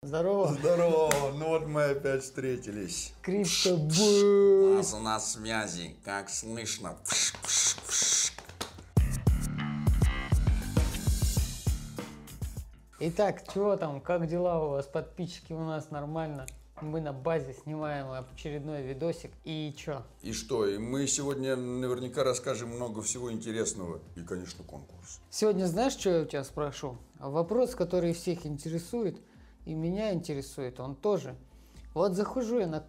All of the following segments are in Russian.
Здорово. Здорово, ну вот мы опять встретились. Криптобой. У нас связи, как слышно. Итак, чего там, как дела у вас, подписчики? У нас нормально. Мы на базе снимаем очередной видосик. И чё? И что, и мы сегодня наверняка расскажем много всего интересного. И, конечно, конкурс. Сегодня знаешь, что я у тебя спрошу? Вопрос, который всех интересует, и меня интересует, он тоже. Вот захожу я.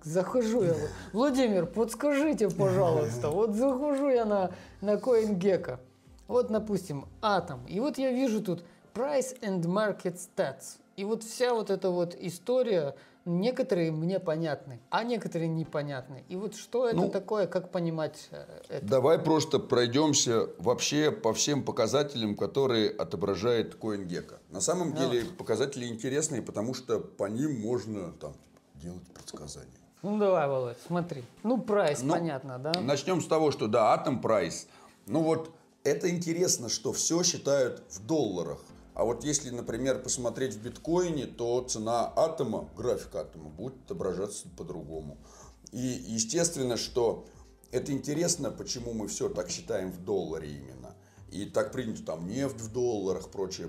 Владимир, подскажите, пожалуйста, вот захожу я на CoinGecko. Вот, допустим, Атом. И вот я вижу тут Price and Market Stats. И вот вся вот эта вот история, некоторые мне понятны, а некоторые непонятны. И вот что это такое, как понимать это? Давай просто пройдемся вообще по всем показателям, которые отображает CoinGecko. На самом деле показатели интересные, потому что по ним можно там делать предсказания. Ну давай, Володь, смотри. Ну, прайс, понятно, да? Начнем с того, что да, Atom Price. Ну вот, это интересно, что все считают в долларах. А вот если, например, посмотреть в биткоине, то цена атома, график атома будет отображаться по-другому. И естественно, что это интересно, почему мы все так считаем в долларе именно. И так принято там нефть в долларах, прочее.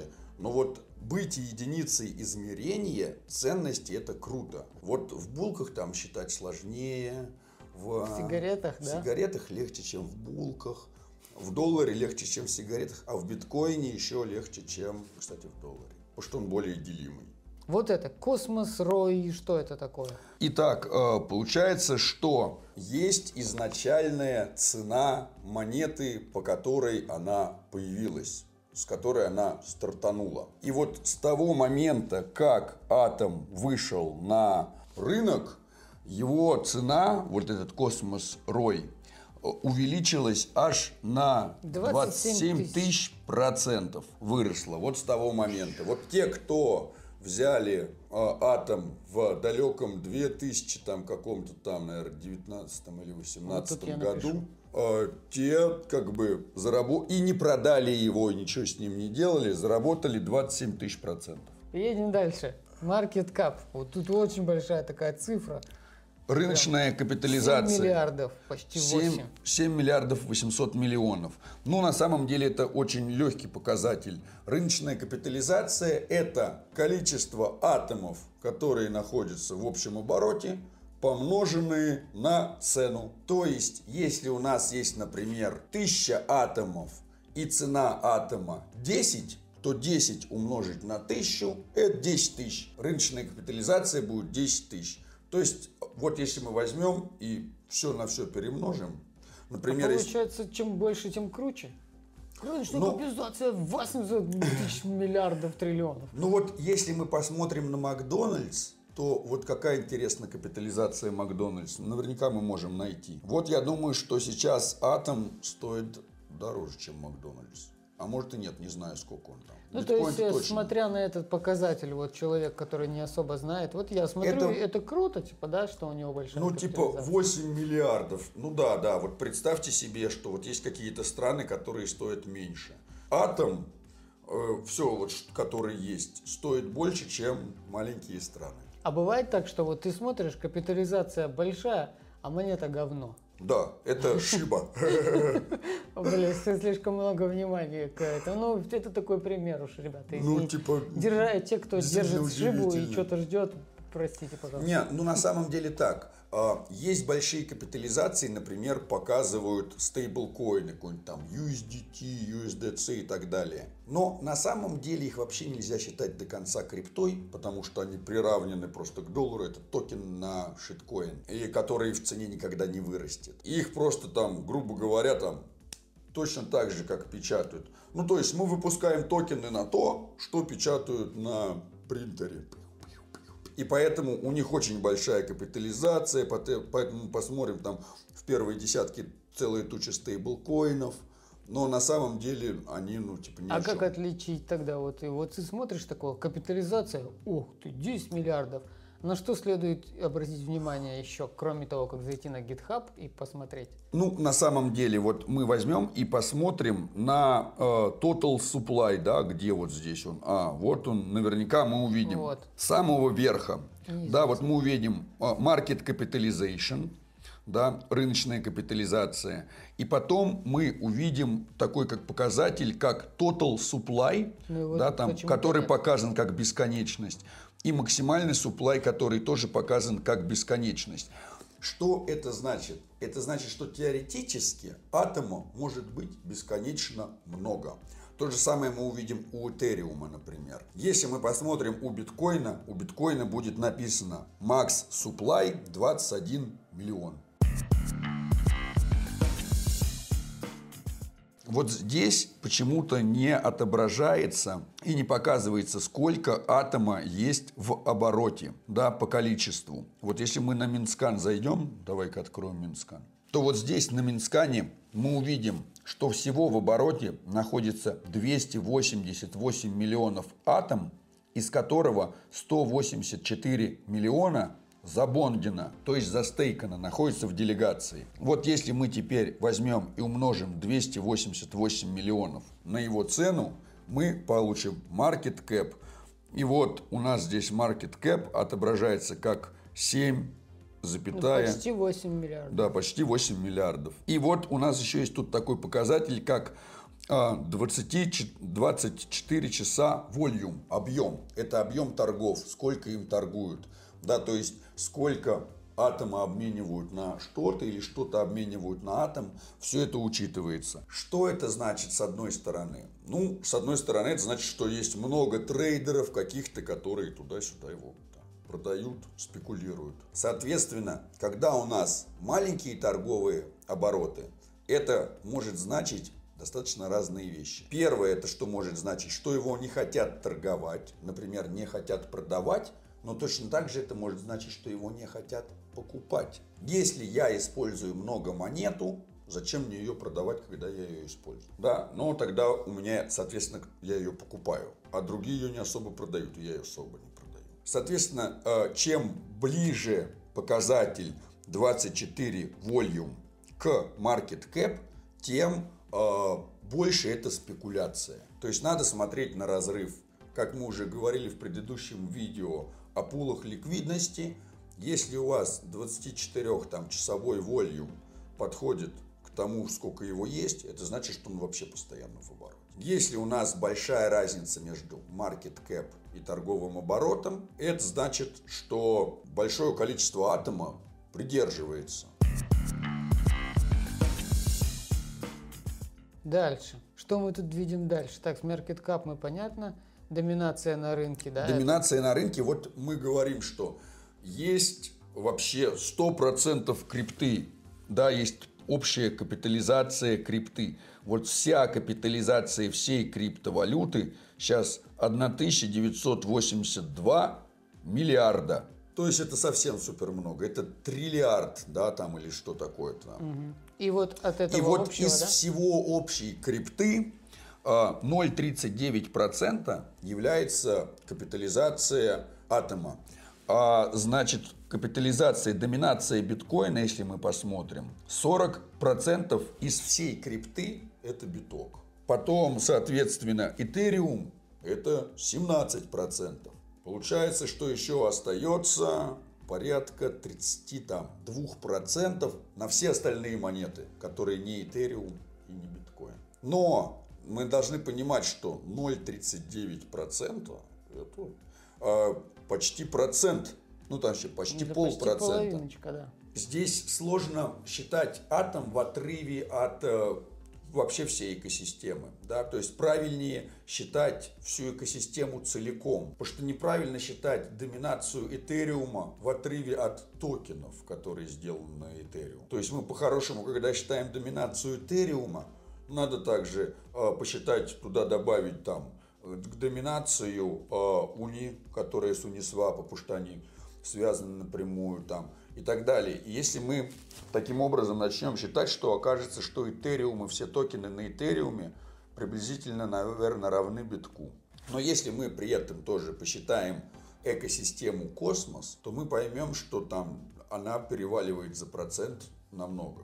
Но вот быть единицей измерения ценности — это круто. Вот в булках там считать сложнее. В сигаретах, да? В сигаретах легче, чем в булках. В долларе легче, чем в сигаретах, а в биткоине еще легче, чем, кстати, в долларе. Потому что он более делимый. Вот это Космос Рой, что это такое? Итак, получается, что есть изначальная цена монеты, по которой она появилась, с которой она стартанула. И вот с того момента, как Атом вышел на рынок, его цена, вот этот Космос Рой, увеличилась аж на 27 тысяч %. Выросла вот с того момента. Вот те, кто взяли Атом в далеком 2000 там каком-то там, наверное, 19 или 18 году, те как бы заработали и не продали его, и ничего с ним не делали, заработали 27 тысяч %. Едем дальше. Market Cap. Вот тут очень большая такая цифра. Рыночная капитализация. 7 миллиардов, почти 8. 7 миллиардов 800 миллионов. Ну, на самом деле, это очень легкий показатель. Рыночная капитализация – это количество атомов, которые находятся в общем обороте, помноженные на цену. То есть, если у нас есть, например, 1000 атомов и цена атома 10, то 10 умножить на 1000 – это 10 тысяч. Рыночная капитализация будет 10 тысяч. То есть, вот если мы возьмем и все на все перемножим, например... Получается, чем больше, тем круче? Рыночная капитализация 800 тысяч миллиардов триллионов. Ну вот, если мы посмотрим на Макдональдс, то вот какая интересная капитализация Макдональдс, наверняка мы можем найти. Вот я думаю, что сейчас Атом стоит дороже, чем Макдональдс. А может и нет, не знаю, сколько он там. Ну, то есть, смотря на этот показатель, вот человек, который не особо знает, вот я смотрю, это круто, типа, да, что у него большая капитализация. Типа 8 миллиардов. Ну да, вот представьте себе, что вот есть какие-то страны, которые стоят меньше. Атом, все вот, который есть, стоит больше, чем маленькие страны. А бывает так, что вот ты смотришь, капитализация большая, а монета говно. Да, это шиба. Блин, слишком много внимания к этому. Ну, это такой пример уж, ребята. Ну, типа... Те, кто держит шибу и что-то ждет, простите, пожалуйста. Нет, ну на самом деле так. Есть большие капитализации, например, показывают стейблкоины, какой-нибудь там USDT, USDC и так далее. Но на самом деле их вообще нельзя считать до конца криптой, потому что они приравнены просто к доллару. Это токен на шиткоин, и который в цене никогда не вырастет. И их просто там, грубо говоря, там точно так же, как печатают. Ну, то есть мы выпускаем токены на то, что печатают на принтере. И поэтому у них очень большая капитализация, поэтому посмотрим там в первые десятки целые тучи стейблкоинов, но на самом деле они, ни о чем. А как отличить тогда? Вот ты смотришь такого, капитализация, ух ты, 10 миллиардов, На что следует обратить внимание еще, кроме того, как зайти на GitHub и посмотреть? Ну, на самом деле, вот мы возьмем и посмотрим на Total Supply, да, где вот здесь он. Вот он, наверняка мы увидим. Вот. С самого верха. Неизвестно. Да, вот мы увидим Market Capitalization, да, рыночная капитализация. И потом мы увидим такой как показатель, как Total Supply, Ну, да, вот там, почему-то который нет. показан как бесконечность. И максимальный supply, который тоже показан как бесконечность. Что это значит? Это значит, что теоретически атома может быть бесконечно много. То же самое мы увидим у Этериума, например. Если мы посмотрим у биткоина будет написано Max Supply 21 миллион. Вот здесь почему-то не отображается и не показывается, сколько атома есть в обороте, да, по количеству. Вот если мы на Минскан зайдем, давай-ка откроем Минскан, то вот здесь на Минскане мы увидим, что всего в обороте находится 288 миллионов атом, из которого 184 миллиона забондено, то есть застейкано, находится в делегации. Вот если мы теперь возьмем и умножим 288 миллионов на его цену, мы получим market cap. И вот у нас здесь market cap отображается как 7, Почти 8 миллиардов. Да, почти 8 миллиардов. И вот у нас еще есть тут такой показатель, как 24 часа volume, объем. Это объем торгов, сколько им торгуют. Да, то есть сколько атома обменивают на что-то или что-то обменивают на атом, все это учитывается. Что это значит с одной стороны? Ну, с одной стороны, это значит, что есть много трейдеров каких-то, которые туда-сюда его продают, спекулируют. Соответственно, когда у нас маленькие торговые обороты, это может значить достаточно разные вещи. Первое, это что может значить, что его не хотят торговать, например, не хотят продавать, но точно так же это может значить, что его не хотят покупать. Если я использую много монету, зачем мне ее продавать, когда я ее использую? Да, но тогда у меня, соответственно, я ее покупаю, а другие ее не особо продают, и я ее особо не продаю. Соответственно, чем ближе показатель 24 volume к market cap, тем больше это спекуляция. То есть надо смотреть на разрыв. Как мы уже говорили в предыдущем видео о пулах ликвидности, если у вас 24-часовой volume подходит к тому, сколько его есть, это значит, что он вообще постоянно в обороте. Если у нас большая разница между market cap и торговым оборотом, это значит, что большое количество атома придерживается. Дальше. Что мы тут видим дальше? Так, с market cap мы понятно. Доминация на рынке, да? Доминация на рынке. Вот мы говорим, что есть вообще 100% крипты. Да, есть общая капитализация крипты. Вот вся капитализация всей криптовалюты сейчас 1982 миллиарда. То есть это совсем супер много. Это триллиард, да, там или что такое там. И вот от этого И вот общего, из да? всего общей крипты 0,39% является капитализация атома. Значит, капитализация, доминация биткоина, если мы посмотрим, 40% из всей крипты это биток. Потом, соответственно, Этериум это 17%. Получается, что еще остается порядка 32% на все остальные монеты, которые не Этериум и не биткоин. Но мы должны понимать, что 0,39% это почти процент, ну там еще почти Это полпроцента. Почти половиночка, да. Здесь сложно считать атом в отрыве от вообще всей экосистемы. Да? То есть правильнее считать всю экосистему целиком. Потому что неправильно считать доминацию Этериума в отрыве от токенов, которые сделаны на Этериум. То есть мы по-хорошему, когда считаем доминацию Этериума, надо также посчитать, туда добавить там к доминацию Уни, которая с Uniswap, потому что они связаны напрямую там и так далее. И если мы таким образом начнем считать, что окажется, что Этериум и все токены на Этериуме приблизительно, наверное, равны битку. Но если мы при этом тоже посчитаем экосистему космос, то мы поймем, что там она переваливает за процент намного.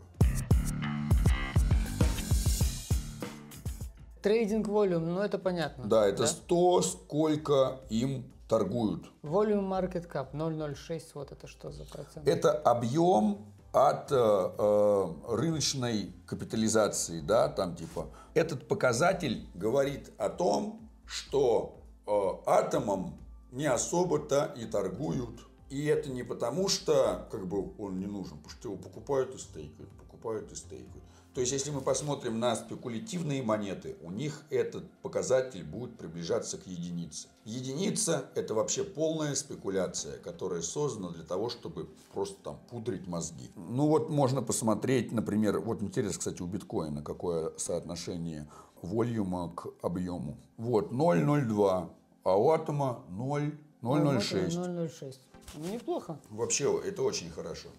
Трейдинг волюм, ну это понятно. Да, это то, сколько им торгуют. Volume Market Cap 0,06, вот это что за процент? Это объем от рыночной капитализации, да, там типа. Этот показатель говорит о том, что атомом не особо-то и торгуют. И это не потому, что как бы он не нужен, потому что его покупают и стейкают, покупают и стейкают. То есть, если мы посмотрим на спекулятивные монеты, у них этот показатель будет приближаться к единице. Единица – это вообще полная спекуляция, которая создана для того, чтобы просто там пудрить мозги. Ну вот можно посмотреть, например, вот интересно, кстати, у биткоина какое соотношение волюма к объему. Вот 0,02, а у атома 0,006. 0,06. Ну, неплохо. Вообще, это очень хорошо.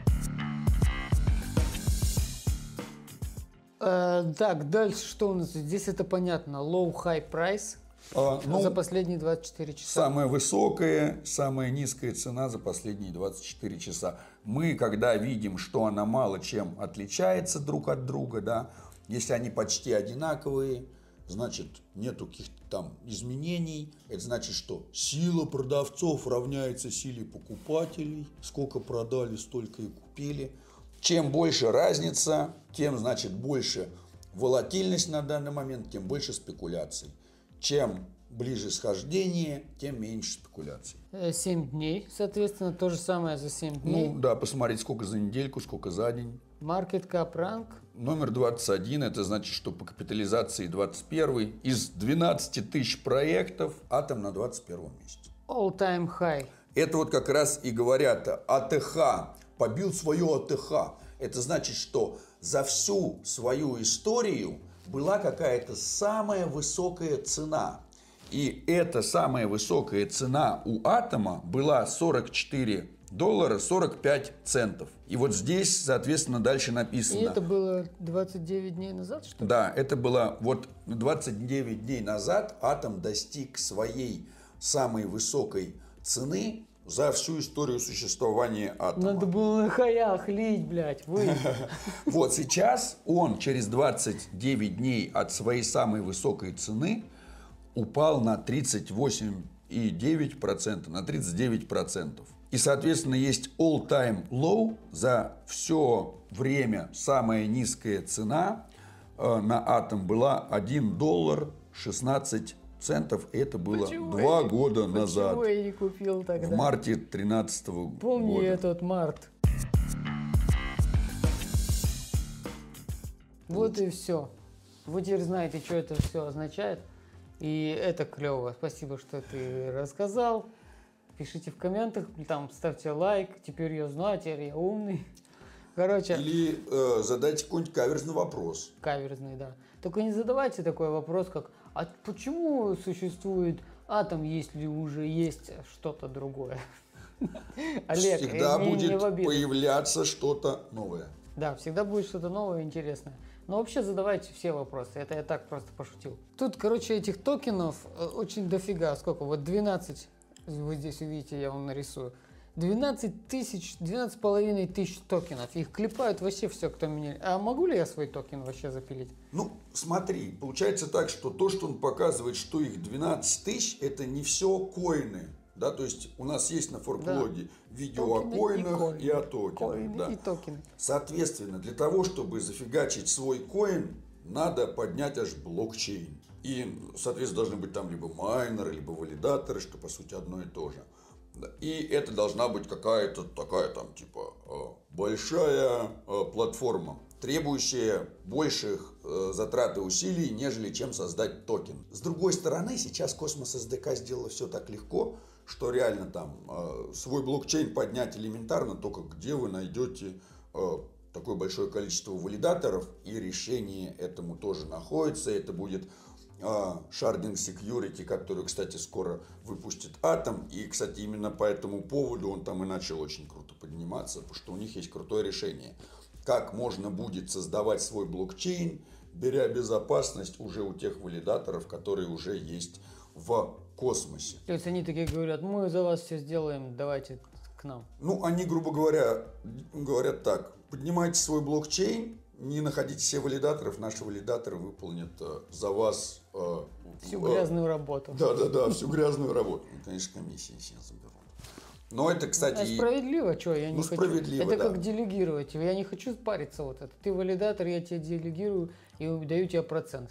Так, дальше что у нас? Здесь это понятно. Low-high price за последние 24 часа. Самая высокая, самая низкая цена за последние 24 часа. Мы, когда видим, что она мало чем отличается друг от друга, да, если они почти одинаковые, значит, нету каких-то там изменений. Это значит, что сила продавцов равняется силе покупателей. Сколько продали, столько и купили. Чем больше разница, тем, значит, больше волатильность на данный момент, тем больше спекуляций. Чем ближе схождение, тем меньше спекуляций. 7 дней, соответственно, то же самое за 7 дней. Ну да, посмотреть, сколько за недельку, сколько за день. Market Cap Rank. Номер 21, это значит, что по капитализации 21 из 12 тысяч проектов атом на 21 месте. All time high. Это вот как раз и говорят, АТХ, побил свое АТХ. Это значит, что за всю свою историю была какая-то самая высокая цена. И эта самая высокая цена у атома была $44 45 центов. И вот здесь, соответственно, дальше написано. И это было 29 дней назад, что ли? Да, это было вот 29 дней назад атом достиг своей самой высокой цены за всю историю существования атома. Надо было на хаях лить, блядь, вы. Вот сейчас он через 29 дней от своей самой высокой цены упал на 38,9%, на 39%. И, соответственно, есть all-time low, за все время самая низкая цена на атом была $1 16 центов. Это было 2 года назад. Почему я не купил тогда? В марте 2013 года. Помни этот март. Вот и все. Вы теперь знаете, что это все означает. И это клево. Спасибо, что ты рассказал. Пишите в комментах, там ставьте лайк. Теперь я знаю, теперь я умный. Короче. Или задайте какой-нибудь каверзный вопрос. Каверзный, да. Только не задавайте такой вопрос, как: а почему существует атом, если уже есть что-то другое? Олег, всегда будет не в обиду. появляться что-то новое. Да, всегда будет что-то новое и интересное. Но вообще задавайте все вопросы. Это я так просто пошутил. Тут, короче, этих токенов очень дофига. Сколько? Вот 12. Вы здесь увидите, я вам нарисую. 12,5 тысяч токенов. Их клепают вообще все, кто меня... А могу ли я свой токен вообще запилить? Ну, смотри, получается так, что то, что он показывает, что их 12 тысяч, это не все коины. Да, то есть у нас есть на форклоге видео Токены о коинах и о Коины токенах. Да. и токены. Соответственно, для того, чтобы зафигачить свой коин, надо поднять аж блокчейн. И, соответственно, должны быть там либо майнеры, либо валидаторы, что по сути одно и то же. И это должна быть какая-то такая там типа большая платформа, требующая больших затрат и усилий, нежели чем создать токен. С другой стороны, сейчас Космос SDK сделала все так легко, что реально там свой блокчейн поднять элементарно, только где вы найдете такое большое количество валидаторов, и решение этому тоже находится. Это будет Sharding Security, который, кстати, скоро выпустит Atom. И, кстати, именно по этому поводу он там и начал очень круто подниматься, потому что у них есть крутое решение. Как можно будет создавать свой блокчейн, беря безопасность уже у тех валидаторов, которые уже есть в космосе. То есть они такие говорят, мы за вас все сделаем, давайте к нам. Ну, они, грубо говоря, говорят так: поднимайте свой блокчейн, не находите себе валидаторов, наши валидаторы выполнят за вас Всю грязную работу. Да, всю грязную работу. Ну, конечно, комиссии сейчас заберут. Но это, кстати... А справедливо, что я не хочу. Справедливо, это да. как делегировать. Я не хочу париться вот это. Ты валидатор, я тебе делегирую и даю тебе процент.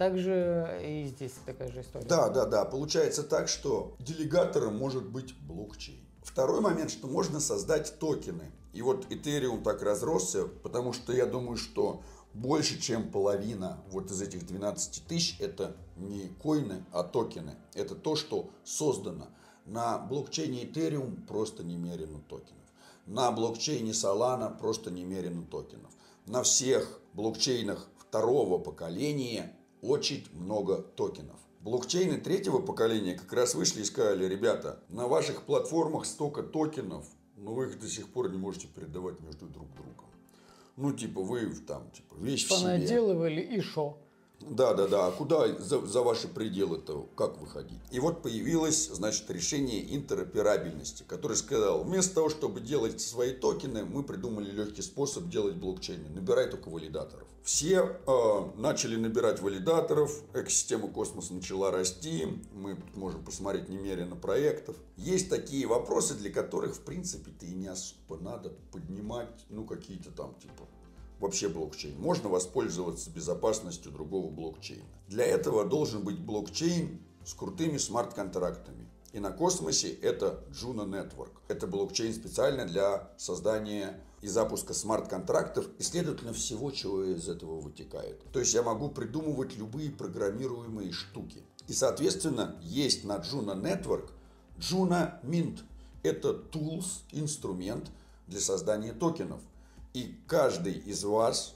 Также и здесь такая же история. Да. Получается так, что делегатором может быть блокчейн. Второй момент, что можно создать токены. И вот Ethereum так разросся, потому что я думаю, что больше, чем половина вот из этих 12 тысяч, это не коины, а токены. Это то, что создано. На блокчейне Ethereum просто немерено токенов. На блокчейне Solana просто немерено токенов. На всех блокчейнах второго поколения очень много токенов. Блокчейны третьего поколения как раз вышли и сказали: ребята, на ваших платформах столько токенов, но вы их до сих пор не можете передавать между друг другом. Ну, типа, вы там, типа, вещь в себе. Понаделывали и шо? Да. А куда за ваши пределы-то, как выходить? И вот появилось, значит, решение интероперабельности, которое сказало: вместо того, чтобы делать свои токены, мы придумали легкий способ делать блокчейны. Набирай только валидаторов. Все начали набирать валидаторов, экосистема космоса начала расти, мы можем посмотреть немерено проектов. Есть такие вопросы, для которых, в принципе-то, и не особо надо поднимать, ну, какие-то там, типа, вообще блокчейн. Можно воспользоваться безопасностью другого блокчейна. Для этого должен быть блокчейн с крутыми смарт-контрактами. И на космосе это Juno Network. Это блокчейн специально для создания и запуска смарт-контрактов и, следовательно, всего, чего из этого вытекает. То есть я могу придумывать любые программируемые штуки. И, соответственно, есть на Juno Network Juno Mint. Это tools, инструмент для создания токенов. И каждый из вас,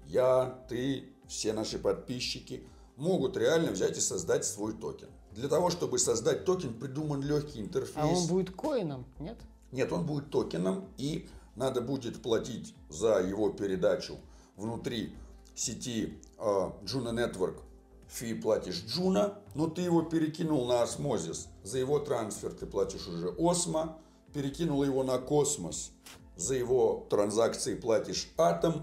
я, ты, все наши подписчики, могут реально взять и создать свой токен. Для того, чтобы создать токен, придуман легкий интерфейс. А он будет коином, нет? Нет, он будет токеном, и надо будет платить за его передачу внутри сети Juno Network. Фи платишь Juno, но ты его перекинул на Osmosis. За его трансфер ты платишь уже Osmo, перекинул его на Космос. За его транзакции платишь Atom.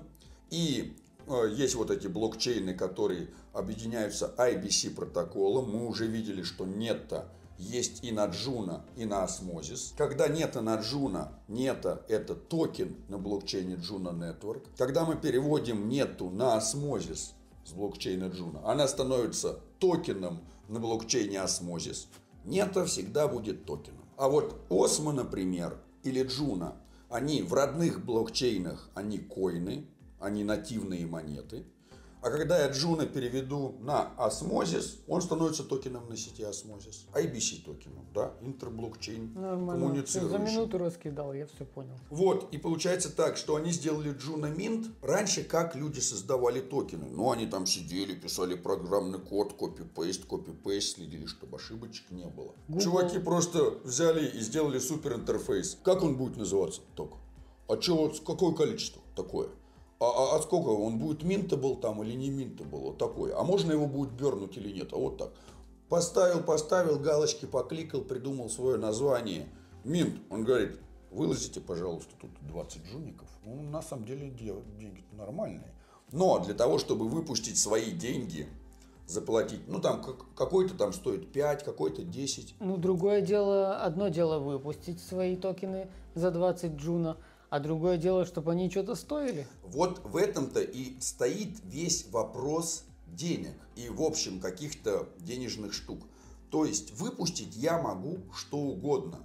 И есть вот эти блокчейны, которые объединяются IBC протоколом. Мы уже видели, что Netta есть и на Juno, и на Osmosis. Когда Netta на Juno, Netta это токен на блокчейне Juno Network. Когда мы переводим Nettu на Osmosis с блокчейна Juno, она становится токеном на блокчейне Osmosis. Netta всегда будет токеном. А вот Osmo, например, или Juno, они в родных блокчейнах, они коины, они нативные монеты. А когда я Juno переведу на Osmosis, он становится токеном на сети Osmosis. IBC токеном, да, интерблокчейн коммуницирующий. За минуту раскидал, я все понял. Вот, и получается так, что они сделали Juno Mint. Раньше как люди создавали токены? Ну, они там сидели, писали программный код, копи-пейст, следили, чтобы ошибочек не было. Чуваки просто взяли и сделали супер интерфейс. Как он будет называться? Так. А что, вот какое количество? Такое. А сколько он будет минтабл там или не минтабл? Вот такой. А можно его будет бернуть или нет? А вот так. Поставил, галочки покликал, придумал свое название. Минт. Он говорит: выложите, пожалуйста, тут 20 джуников. Ну, на самом деле деньги нормальные. Но для того, чтобы выпустить свои деньги, заплатить, ну там какой-то там стоит 5, какой-то 10. Ну, другое дело, одно дело выпустить свои токены за 20 Juno, а другое дело, чтобы они что-то стоили. Вот в этом-то и стоит весь вопрос денег и, в общем, каких-то денежных штук. То есть выпустить я могу что угодно.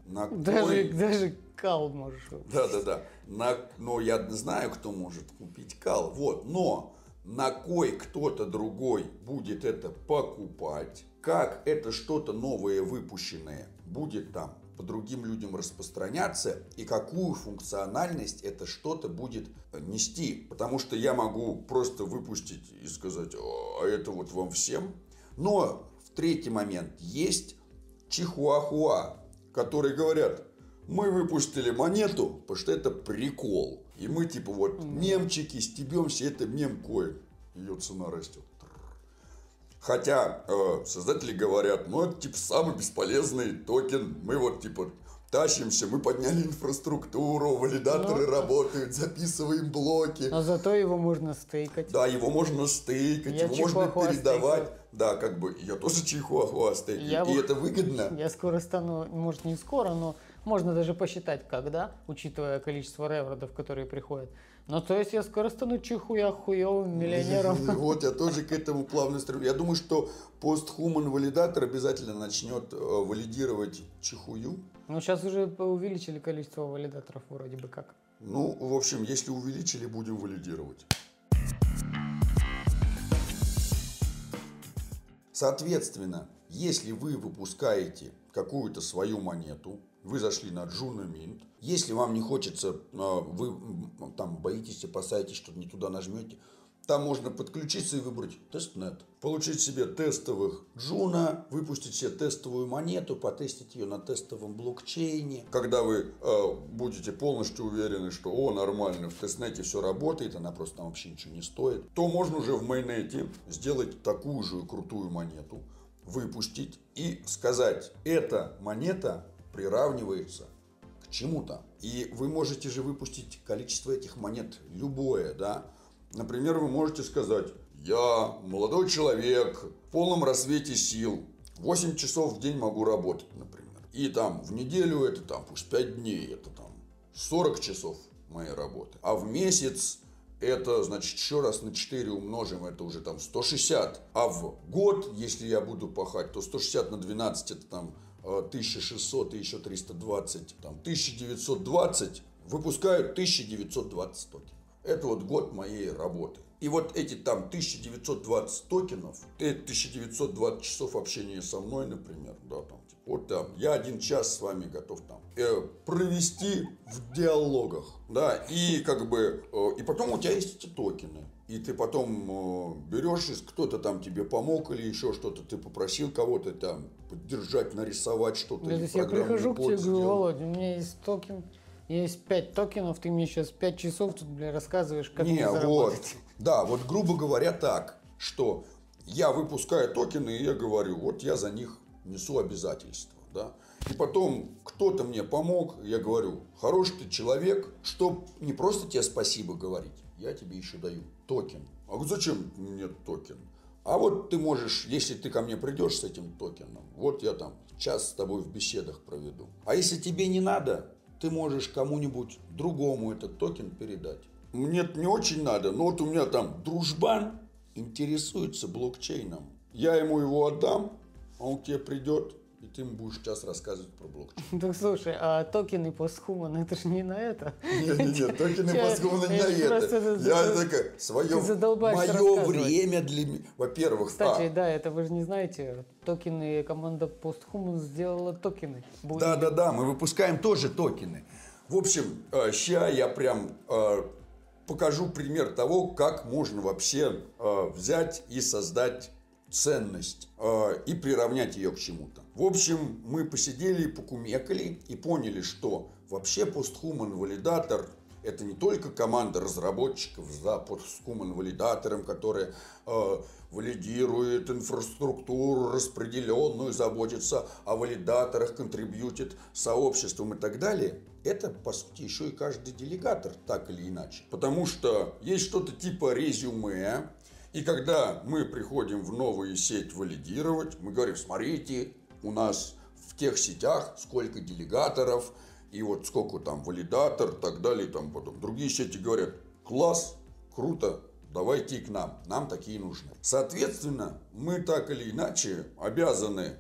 Даже кал можешь. Да. Но я знаю, кто может купить кал. Вот. Но на кой кто-то другой будет это покупать, как это что-то новое выпущенное будет там по другим людям распространяться и какую функциональность это что-то будет нести. Потому что я могу просто выпустить и сказать: а это вот вам всем. Но в третий момент есть чихуахуа, которые говорят: мы выпустили монету, потому что это прикол. И мы типа вот мемчики, стебемся, это мемкоин. Ее цена растет. Хотя создатели говорят, ну это типа самый бесполезный токен, мы вот типа тащимся, мы подняли инфраструктуру, валидаторы работают, записываем блоки. Но зато его можно стейкать. Да, его можно стейкать, Я его можно чихуахуа передавать. стейкаю. Да, как бы я тоже чихуахуа стейкаю, и это выгодно. Я скоро стану, может не скоро, но можно даже посчитать, когда, учитывая количество ревордов, которые приходят. Ну, то есть я скоро стану чихуя-хуевым миллионером. Вот, я тоже к этому плавно стремлюсь. Я думаю, что постхуман валидатор обязательно начнет валидировать чихую. Ну, сейчас уже увеличили количество валидаторов вроде бы как. Ну, в общем, если увеличили, будем валидировать. Соответственно, если вы выпускаете какую-то свою монету, вы зашли на Juno Mint, если вам не хочется, вы там боитесь, опасаетесь, что не туда нажмете, там можно подключиться и выбрать тестнет, получить себе тестовых Juno, выпустить себе тестовую монету, потестить ее на тестовом блокчейне. Когда вы будете полностью уверены, что нормально, в тестнете все работает, она просто там вообще ничего не стоит, то можно уже в майнете сделать такую же крутую монету, выпустить и сказать, эта монета приравнивается к чему-то. И вы можете же выпустить количество этих монет любое, да. Например, вы можете сказать, я молодой человек, в полном рассвете сил, 8 часов в день могу работать, например. И там в неделю это там пусть 5 дней, это там 40 часов моей работы. А в месяц это, значит, еще раз на 4 умножим, это уже там 160. А в год, если я буду пахать, то 160 на 12 это там 1600 и еще 320, там 1920, выпускают 1920 токенов. Это вот год моей работы. И вот эти там 1920 токенов, это 1920 часов общения со мной, например, да, там, типа, вот там, я 1 час с вами готов там провести в диалогах, да, и как бы, и потом у тебя есть эти токены. И ты потом берешь, кто-то там тебе помог или еще что-то, ты попросил кого-то там поддержать, нарисовать что-то. То есть я прихожу к тебе и говорю, Володь, у меня есть токен, есть 5 токенов, ты мне сейчас 5 часов тут, бля, рассказываешь, как мне заработать. Вот, да, вот грубо говоря так, что я выпускаю токены, и я говорю, вот я за них несу обязательства, да. И потом кто-то мне помог, я говорю, хороший ты человек, чтоб не просто тебе спасибо говорить, я тебе еще даю токен. А зачем мне токен? А вот ты можешь, если ты ко мне придешь с этим токеном, вот я там час с тобой в беседах проведу. А если тебе не надо, ты можешь кому-нибудь другому этот токен передать. Мне не очень надо, но вот у меня там дружбан интересуется блокчейном. Я ему его отдам, а он к тебе придет, и ты ему будешь час рассказывать про блокчейн. Так слушай, а токены постхуман, это же не на это. Нет, токены постхуман не на это. Я такая, мое время для меня. Во-первых, кстати, да, это вы же не знаете, токены, команда постхуман сделала токены. Да, мы выпускаем тоже токены. В общем, сейчас я прям покажу пример того, как можно вообще взять и создать ценность и приравнять ее к чему-то. В общем, мы посидели, покумекали и поняли, что вообще постхуман валидатор это не только команда разработчиков за постхуман валидатором, которая валидирует инфраструктуру распределенную, заботится о валидаторах, контрибьютит сообществом и так далее. Это, по сути, еще и каждый делегатор, так или иначе. Потому что есть что-то типа резюме. И когда мы приходим в новую сеть валидировать, мы говорим, смотрите, у нас в тех сетях сколько делегаторов, и вот сколько там валидатор, так далее, и там потом. Другие сети говорят, класс, круто, давайте к нам, нам такие нужны. Соответственно, мы так или иначе обязаны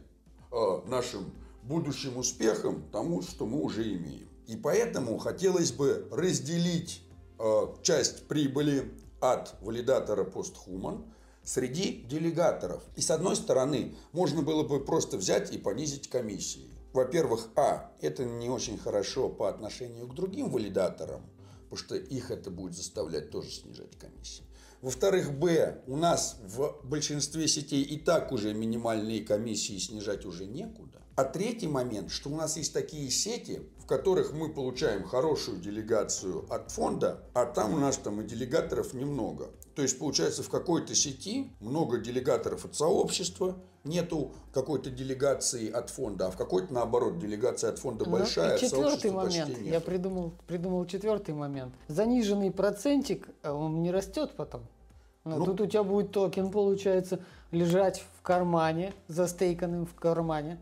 нашим будущим успехам тому, что мы уже имеем. И поэтому хотелось бы разделить часть прибыли от валидатора постхуман среди делегаторов. И с одной стороны, можно было бы просто взять и понизить комиссии. Во-первых, это не очень хорошо по отношению к другим валидаторам, потому что их это будет заставлять тоже снижать комиссии. Во-вторых, у нас в большинстве сетей и так уже минимальные комиссии снижать уже некуда. А третий момент, что у нас есть такие сети, в которых мы получаем хорошую делегацию от фонда, а там у нас там и делегаторов немного. То есть, получается, в какой-то сети много делегаторов от сообщества, нету какой-то делегации от фонда, а в какой-то, наоборот, делегация от фонда большая, и четвертый сообщества момент, почти я нету. придумал четвертый момент. Заниженный процентик, он не растет потом. Но тут у тебя будет токен, получается, лежать в кармане, застейканным в кармане.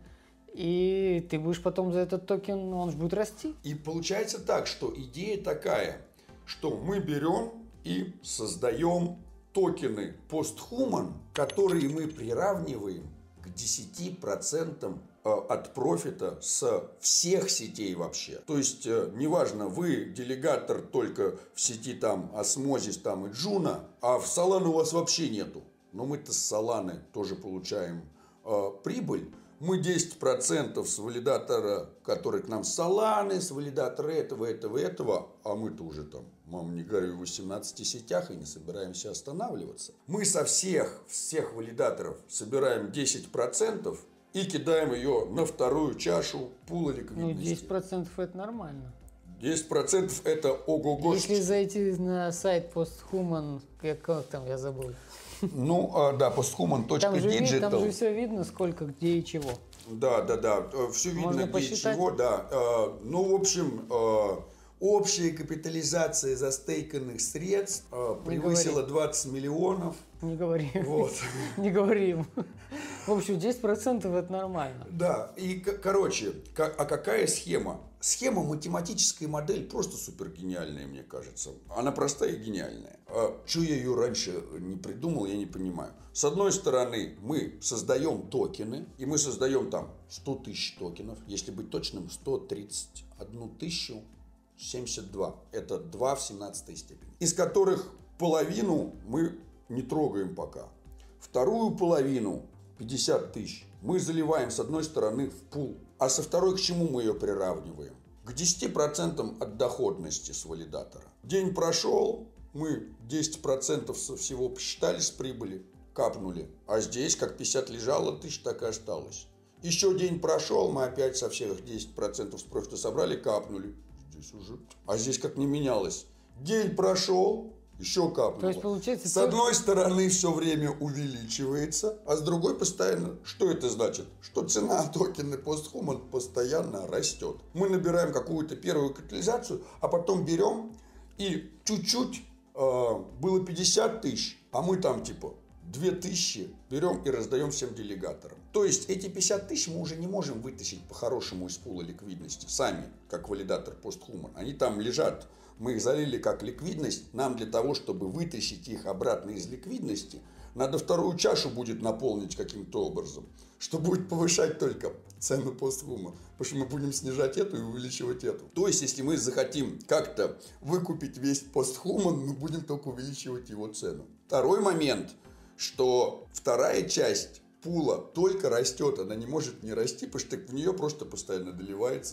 И ты будешь потом за этот токен, он же будет расти. И получается так, что идея такая, что мы берем и создаем токены постхуман, которые мы приравниваем к 10% от профита с всех сетей вообще. То есть, неважно, вы делегатор только в сети там Осмозис там и Джуна, а в Solana у вас вообще нету. Но мы-то с Solana тоже получаем прибыль. Мы 10% с валидатора, который к нам с Solana, с валидатора этого, а мы-то уже там, мама не горюй, в 18 сетях и не собираемся останавливаться. Мы со всех валидаторов собираем 10% и кидаем ее на вторую чашу пула ликвидности. 10% это нормально. 10% это ого-го. Если зайти на сайт постхуман, как там, я забыл. Ну, да, posthuman.digital. Там же все видно, сколько, где и чего. Да. Все видно, Можно где посчитать. и чего, да. Ну, в общем, общая капитализация застейканных средств превысила 20 миллионов. Не говори. Вот. Не говори им. В общем, 10% это нормально. Да, и, короче, а какая схема? Схема, математическая модель просто супер гениальная, мне кажется. Она простая и гениальная. Чего я ее раньше не придумал, я не понимаю. С одной стороны, мы создаем токены, и мы создаем там 100 тысяч токенов. Если быть точным, 131 тысячу 72. Это 2 в 17 степени. Из которых половину мы не трогаем пока. Вторую половину, 50 тысяч, мы заливаем с одной стороны в пул. А со второй к чему мы ее приравниваем? К 10% от доходности с валидатора. День прошел, мы 10% со всего посчитали с прибыли, капнули. А здесь как 50 лежало, 1000 так и осталось. Еще день прошел, мы опять со всех 10% с профита собрали, капнули. Здесь уже. А здесь как не менялось. День прошел, еще капнуло. То есть, получается, с одной стороны все время увеличивается, а с другой постоянно. Что это значит? Что цена токена постхуман постоянно растет. Мы набираем какую-то первую капитализацию, а потом берем и чуть-чуть, было 50 тысяч, а мы там типа 2000 берем и раздаем всем делегаторам. То есть эти 50 тысяч мы уже не можем вытащить по-хорошему из пула ликвидности сами, как валидатор постхуман. Они там лежат. Мы их залили как ликвидность. Нам для того, чтобы вытащить их обратно из ликвидности, надо вторую чашу будет наполнить каким-то образом, что будет повышать только цену постхуман. Потому что мы будем снижать эту и увеличивать эту. То есть, если мы захотим как-то выкупить весь постхуман, мы будем только увеличивать его цену. Второй момент, что вторая часть пула только растет, она не может не расти, потому что в нее просто постоянно доливается.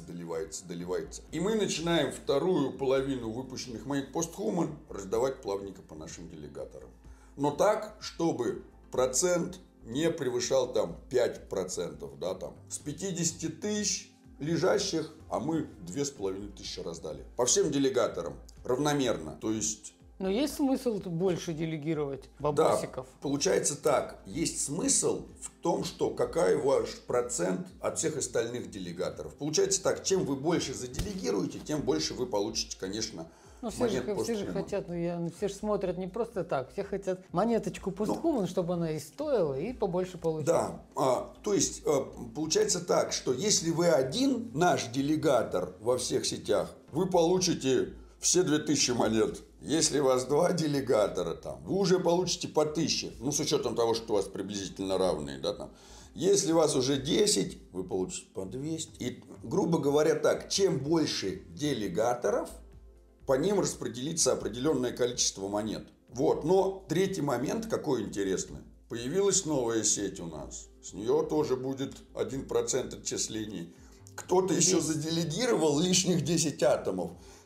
И мы начинаем вторую половину выпущенных монет постхуман раздавать плавненько по нашим делегаторам. Но так, чтобы процент не превышал там 5%, да, там, с 50 тысяч лежащих, а мы 2500 раздали. По всем делегаторам равномерно, то есть... Но есть смысл больше делегировать бабосиков? Да, получается так. Есть смысл в том, что какой ваш процент от всех остальных делегаторов. Получается так, чем вы больше заделегируете, тем больше вы получите, конечно, монет постхуман. Все же хотят, все же смотрят не просто так. Все хотят монеточку постхуман, чтобы она и стоила, и побольше получить. Да, то есть получается так, что если вы один наш делегатор во всех сетях, вы получите все 2000 монет. Если у вас 2 делегатора, там, вы уже получите по 1000. Ну, с учетом того, что у вас приблизительно равные. Да, там. Если у вас уже 10, вы получите по 200. И, грубо говоря так, чем больше делегаторов, по ним распределится определенное количество монет. Вот. Но третий момент, какой интересный. Появилась новая сеть у нас. С нее тоже будет 1% отчислений. Кто-то еще заделегировал лишних 10 атомов.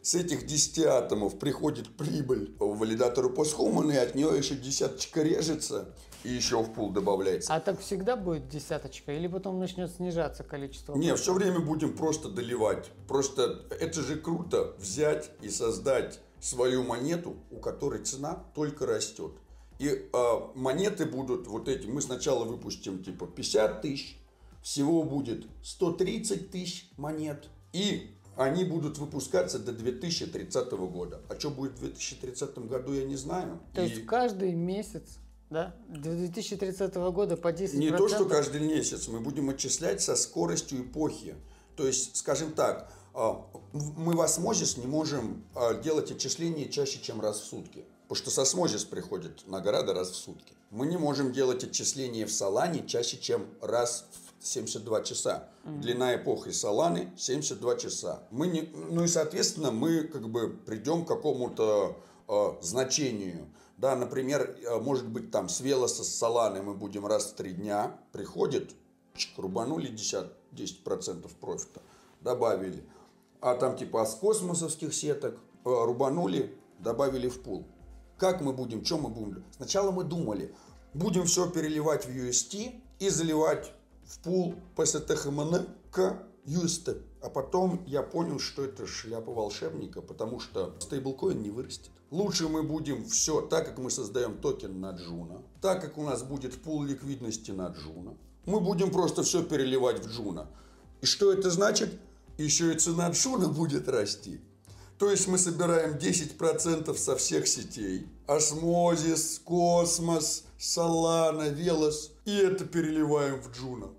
с этих 10 атомов приходит прибыль валидатору постхуман, и от нее еще десяточка режется, и еще в пул добавляется. А так всегда будет десяточка? Или потом начнет снижаться количество? Не, все время будем просто доливать. Просто это же круто взять и создать свою монету, у которой цена только растет. И монеты будут вот эти, мы сначала выпустим типа 50 тысяч, всего будет 130 тысяч монет, и они будут выпускаться до 2030 года. А что будет в 2030 году, я не знаю. То есть каждый месяц, да, до 2030 года по 10%? Не то, что каждый месяц, мы будем отчислять со скоростью эпохи. То есть, скажем так, мы в Osmosis не можем делать отчисления чаще, чем раз в сутки. Потому что с Osmosis приходит награда раз в сутки. Мы не можем делать отчисления в Solana чаще, чем раз в 72 часа. Длина эпохи Solana 72 часа. Ну и, соответственно, мы как бы придем к какому-то значению. Да, например, может быть, там с Велоса, с Solana мы будем раз в 3 дня. Приходит, рубанули 10% профита, добавили. А там типа с космосовских сеток рубанули, добавили в пул. Как мы будем, что мы будем? Сначала мы думали, будем все переливать в UST и заливать в пул PSTHMN к UST. А потом я понял, что это шляпа волшебника, потому что стейблкоин не вырастет. Лучше мы будем все, так как мы создаем токен на Juno, так как у нас будет пул ликвидности на Juno, мы будем просто все переливать в Juno. И что это значит? Еще и цена Juno будет расти. То есть мы собираем 10% со всех сетей. Osmosis, Космос, Solana, Velos. И это переливаем в Juno.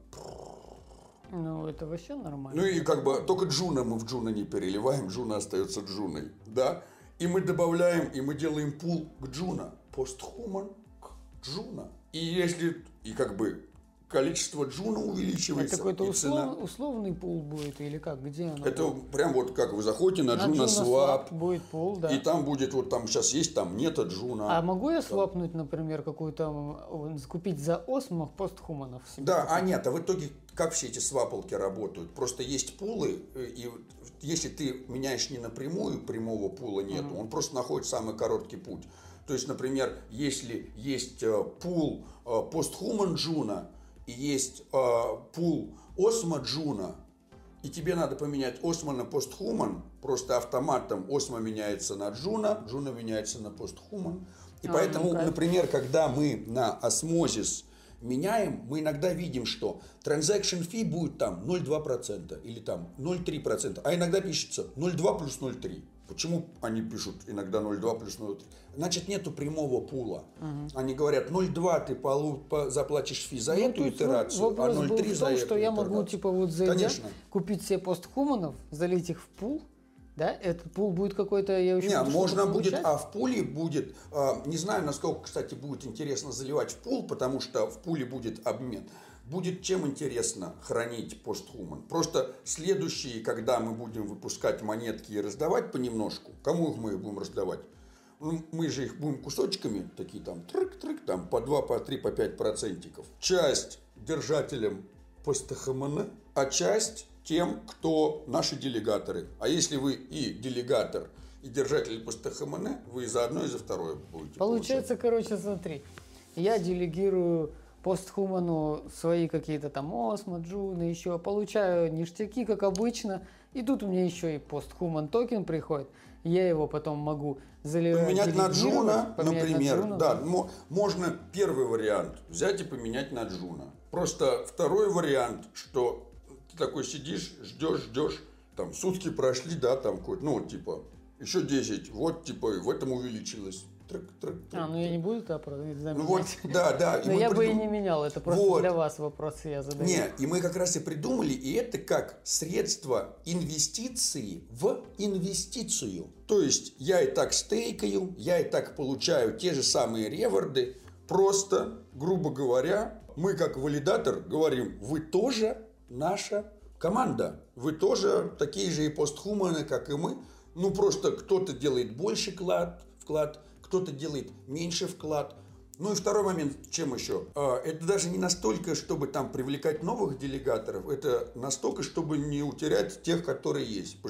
Ну, это вообще нормально. Ну и как бы только Juno мы в Juno не переливаем. Juno остается Juno. Да? И мы добавляем, и мы делаем пул к Juno. Постхуман к Juno. И если, и как бы количество Juno увеличивается. Это какой-то условный пул будет или как? Где оно? Это будет? прям вот как вы заходите на Juno Swap. Будет пул, да. И там будет, вот там сейчас есть, там нет Juno. А могу я свапнуть, например, какую-то, купить за осмох постхуманов себе? Да, нет, а в итоге как все эти свапалки работают? Просто есть пулы, и если ты меняешь не напрямую, прямого пула нету, он просто находит самый короткий путь. То есть, например, если есть пул постхуман Juno, и есть пул Osmo Juno, и тебе надо поменять Osmo на постхуман, просто автоматом Osmo меняется на Juno, Juno меняется на постхуман. И поэтому, например, когда мы на Osmosis меняем, мы иногда видим, что transaction fee будет там 0,2% или там 0,3%, а иногда пишется 0,2 плюс 0,3. Почему они пишут иногда 0,2 плюс 0,3? Значит, нету прямого пула. Они говорят, 0,2 ты заплатишь фи за эту итерацию, а 0,3 за эту что я могу, типа, вот зайдя, купить себе постхуманов, залить их в пул, да? Этот пул будет какой-то, я еще не, можно будет, а в пуле будет, не знаю, насколько, кстати, будет интересно заливать в пул, потому что в пуле будет обмен. Будет чем интересно хранить постхуман. Просто следующие, когда мы будем выпускать монетки и раздавать понемножку, кому мы их будем раздавать? Мы же их будем кусочками, такие там, трык-трык, там по 2, по 3, по 5%. Часть держателям PSTHMN, а часть тем, кто наши делегаторы. А если вы и делегатор, и держатель PSTHMN, вы и за одно, и за второе будете получается, получать. короче, смотри, я делегирую постхуману свои какие-то там Osmo, Juno, еще получаю ништяки, как обычно, и тут у меня еще и постхуман токен приходит, я его потом могу заливать, поменять на Juno, например, на Juno, да, можно первый вариант взять и поменять на Juno. Просто второй вариант, что ты такой сидишь, ждешь, там сутки прошли, да, там какой-то, ну типа еще 10, вот типа в этом увеличилось. Ну я не буду это заменять. Ну вот, да. Но я бы и не менял, это просто вот. Для вас вопросы я задаю. Не, и мы как раз и придумали, и это как средство инвестиции в инвестицию. То есть я и так стейкаю, я и так получаю те же самые реворды, просто, грубо говоря, мы как валидатор говорим, вы тоже наша команда, вы тоже такие же и постхуманы, как и мы, ну просто кто-то делает больше вклад, кто-то делает меньше вклад. Ну и второй момент, чем еще? Это даже не настолько, чтобы там привлекать новых делегаторов, это настолько, чтобы не утерять тех, которые есть. Потому что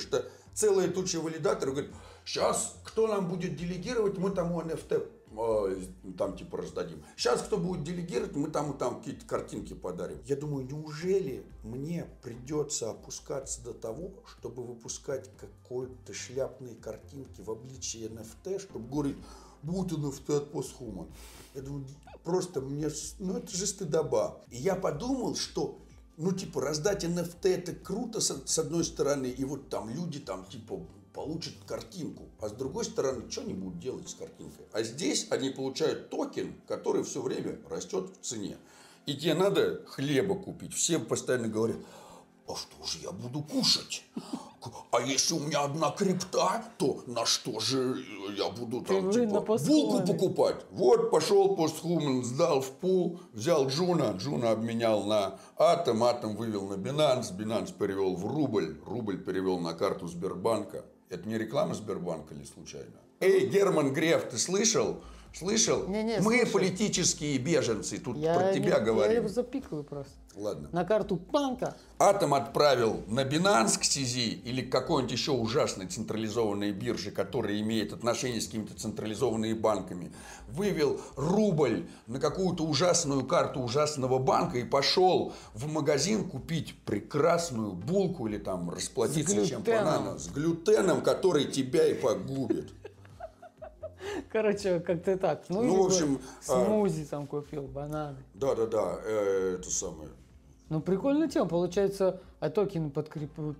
целая туча валидаторов говорит, сейчас кто нам будет делегировать, мы тому NFT там типа раздадим. Сейчас кто будет делегировать, мы там какие-то картинки подарим. Я думаю, неужели мне придется опускаться до того, чтобы выпускать какой-то шляпные картинки в обличии NFT, чтобы говорить, будет NFT от Posthuman. Я думаю, просто мне, это же стыдоба. И я подумал, что раздать NFT это круто с одной стороны, и вот там люди получат картинку, а с другой стороны, что они будут делать с картинкой? А здесь они получают токен, который все время растет в цене. И тебе надо хлеба купить. Все постоянно говорят, а что же я буду кушать? А если у меня одна крипта, то на что же я буду булку покупать? Вот пошел Posthuman, сдал в пул, взял Джуна обменял на Атом, Атом вывел на Binance перевел в рубль перевел на карту Сбербанка. Это не реклама Сбербанка ли случайно? Эй, Герман Греф, ты слышал? Не, Мы слышу. политические беженцы, тут про тебя говорим. Я его запикаю просто. Ладно. На карту банка. Атом отправил на Binance к CZ или к какой-нибудь еще ужасной централизованной бирже, которая имеет отношение с какими-то централизованными банками. Вывел рубль на какую-то ужасную карту ужасного банка и пошел в магазин купить прекрасную булку или там расплатиться чем-то надо. С глютеном, который тебя и погубит. Короче, как-то так. В общем... Смузи там купил, бананы. Да, это самое. Прикольная тема. Получается, токен подкреплен.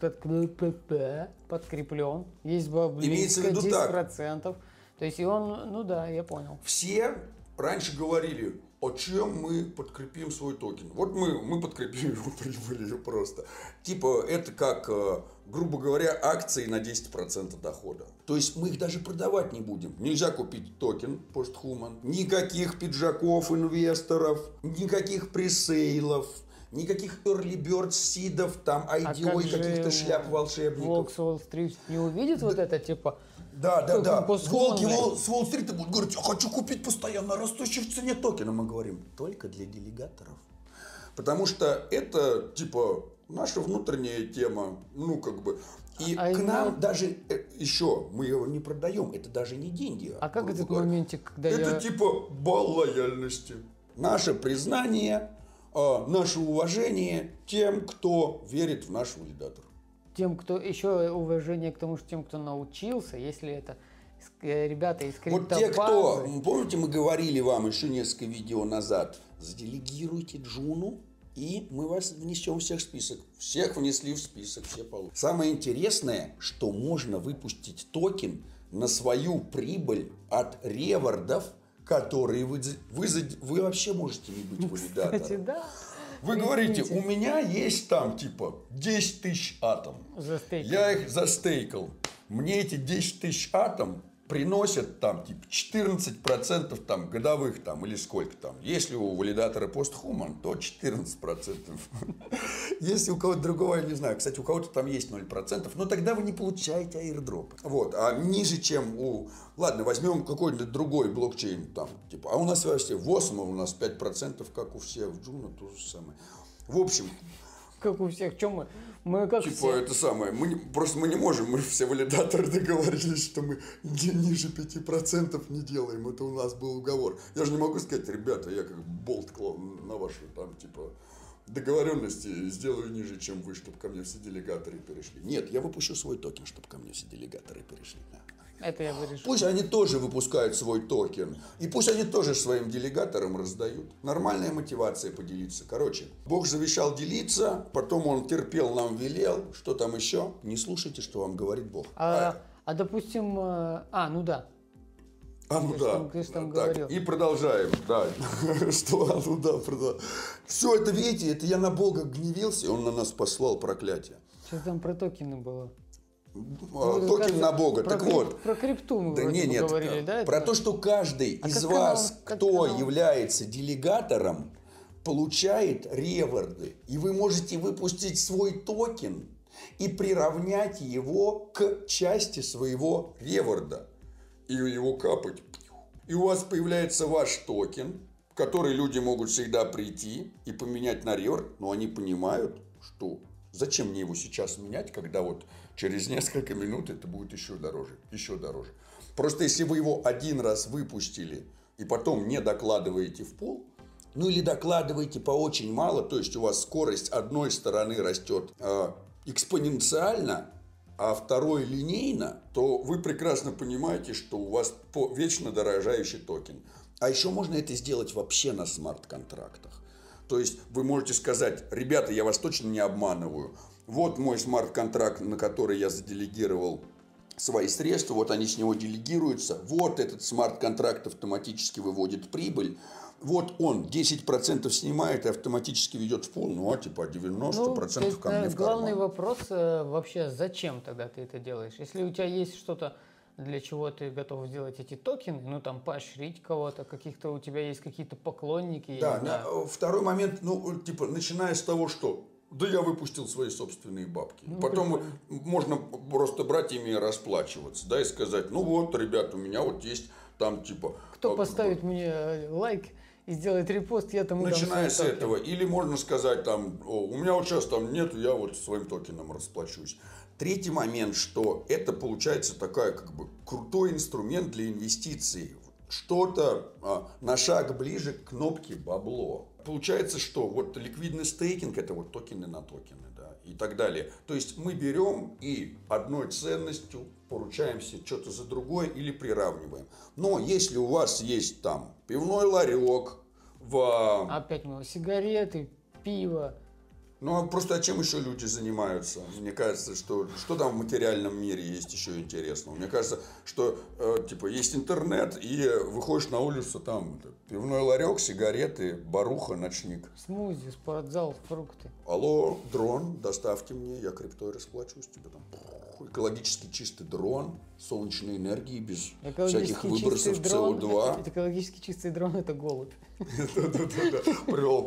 Есть Имеется в близко виду 10%. То есть, и он, я понял. Все раньше говорили, о чем мы подкрепим свой токен. Вот мы подкрепим его прибылью просто. Это как, грубо говоря, акции на 10% дохода. То есть мы их даже продавать не будем. Нельзя купить токен Posthuman. Никаких пиджаков инвесторов, никаких пресейлов, никаких early bird сидов, там IDO и каких-то шляп волшебников. Волк с Уолл-стрит не увидит вот это, типа... Да. Волки с Уолл-стрита будут говорить, я хочу купить постоянно растущий в цене токен. А мы говорим, только для делегаторов. Потому что это, наша внутренняя тема, И к нам даже еще, мы его не продаем, это даже не деньги. А как этот моментик, когда это балл лояльности. Наше признание, наше уважение тем, кто верит в наш валидатор. Тем, кто еще уважение к тому, что тем, кто научился, если это ребята из криптобазы. Вот те, кто, помните, мы говорили вам еще несколько видео назад, заделегируйте Джуну, и мы вас внесем всех в список. Всех внесли в список, все получат. Самое интересное, что можно выпустить токен на свою прибыль от ревордов, которые вы вообще можете не быть валидатором. Кстати, да. Вы говорите, у меня есть там 10 тысяч атом. Я их застейкал. Мне эти 10 тысяч атом приносят там 14% там годовых там или сколько там. Если у валидатора Posthuman, то 14%. Если у кого-то другого, я не знаю. Кстати, у кого-то там есть 0%, но тогда вы не получаете аирдропы. А ниже, чем у... Ладно, возьмем какой-нибудь другой блокчейн там, а у нас вообще в Osmo у нас 5%, как у всех, в Juno то же самое. В общем... Как у всех, чем мы как все. Это самое, мы не можем, мы все валидаторы договорились, что мы ниже 5% не делаем, это у нас был уговор. Я же не могу сказать, ребята, я как болт клал на ваши там, договоренности сделаю ниже, чем вы, чтобы ко мне все делегаторы перешли. Нет, я выпущу свой токен, чтобы ко мне все делегаторы перешли. Это я вырежу. Пусть они тоже выпускают свой токен. И пусть они тоже своим делегаторам раздают. Нормальная мотивация поделиться. Короче, Бог завещал делиться, потом он терпел, нам велел. Что там еще? Не слушайте, что вам говорит Бог. Допустим, ну да. Ты же там говорил. И продолжаем. Да. Все это, видите, это я на Бога гневился, и он на нас послал проклятие. Что там про токены было? Токен на Бога. Так вот. Про крипту мы говорили, да? Про то, что каждый из вас, кто является делегатором, получает реворды. И вы можете выпустить свой токен и приравнять его к части своего реворда. И его капать. И у вас появляется ваш токен, в который люди могут всегда прийти и поменять на реворд. Но они понимают, что Зачем мне его сейчас менять, когда вот через несколько минут это будет еще дороже, еще дороже. Просто если вы его один раз выпустили и потом не докладываете в пол, ну или докладываете по очень мало, то есть у вас скорость одной стороны растет экспоненциально, а второй линейно, то вы прекрасно понимаете, что у вас вечно дорожающий токен. А еще можно это сделать вообще на смарт-контрактах. То есть вы можете сказать: ребята, я вас точно не обманываю. Вот мой смарт-контракт, на который я заделегировал свои средства, вот они с него делегируются. Вот этот смарт-контракт автоматически выводит прибыль. Вот он 10% снимает и автоматически ведет в пол, ну а типа 90% ко мне в карман. Главный вопрос вообще, зачем тогда ты это делаешь? Если у тебя есть что-то, для чего ты готов сделать эти токены, ну там поощрить кого-то, каких-то у тебя есть какие-то поклонники. Да, второй момент, ну типа начиная с того, что да я выпустил свои собственные бабки. Ну, потом можно просто брать ими и расплачиваться, да, и сказать: ну вот, ребят, у меня вот есть там типа... Кто поставит мне лайк и сделает репост, я тому дам. Начиная с этого. Или можно сказать там: у меня вот сейчас там нету, я вот своим токеном расплачусь. Третий момент, что это получается такая как бы крутой инструмент для инвестиций. Что-то на шаг ближе к кнопке бабло. Получается, что вот ликвидный стейкинг — это вот токены на токены, да, и так далее. То есть мы берем и одной ценностью поручаемся что-то за другое или приравниваем. Но если у вас есть там пивной ларек, опять мы сигареты, пиво. Ну, а просто чем еще люди занимаются? Мне кажется, что там в материальном мире есть еще интересного. Мне кажется, что типа есть интернет, и выходишь на улицу, там пивной ларек, сигареты, баруха, ночник. Смузи, спортзал, фрукты. Алло, дрон, доставьте мне, я криптой расплачусь тебе там. Экологически чистый дрон, солнечной энергии, без всяких выбросов СО2. Экологически чистый дрон — это голубь. Да-да-да, привел.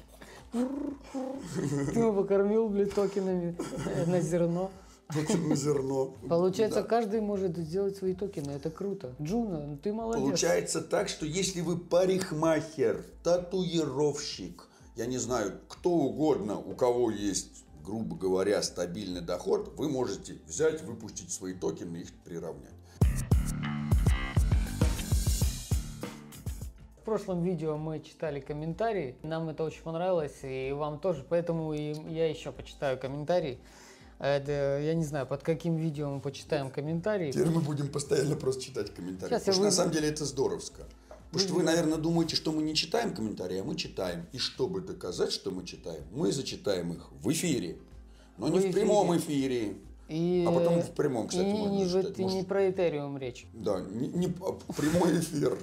Ты его покормил, блядь, токенами на зерно. Токен на зерно. Получается, каждый может сделать свои токены. Это круто. Джуна, ты молодец. Получается так, что если вы парикмахер, татуировщик, я не знаю, кто угодно, у кого есть, грубо говоря, стабильный доход, вы можете взять, выпустить свои токены и их приравнять. В прошлом видео мы читали комментарии, нам это очень понравилось, и вам тоже, поэтому я еще почитаю комментарии. Это, я не знаю, под каким видео мы почитаем комментарии. Теперь мы будем постоянно просто читать комментарии. Потому что на самом деле это здоровско. Потому что вы, наверное, думаете, что мы не читаем комментарии, а мы читаем. И чтобы доказать, что мы читаем, мы зачитаем их в эфире. Но не в прямом эфире. А потом в прямом, кстати, можно читать. И не про Этериум речь. Да, не прямой эфир.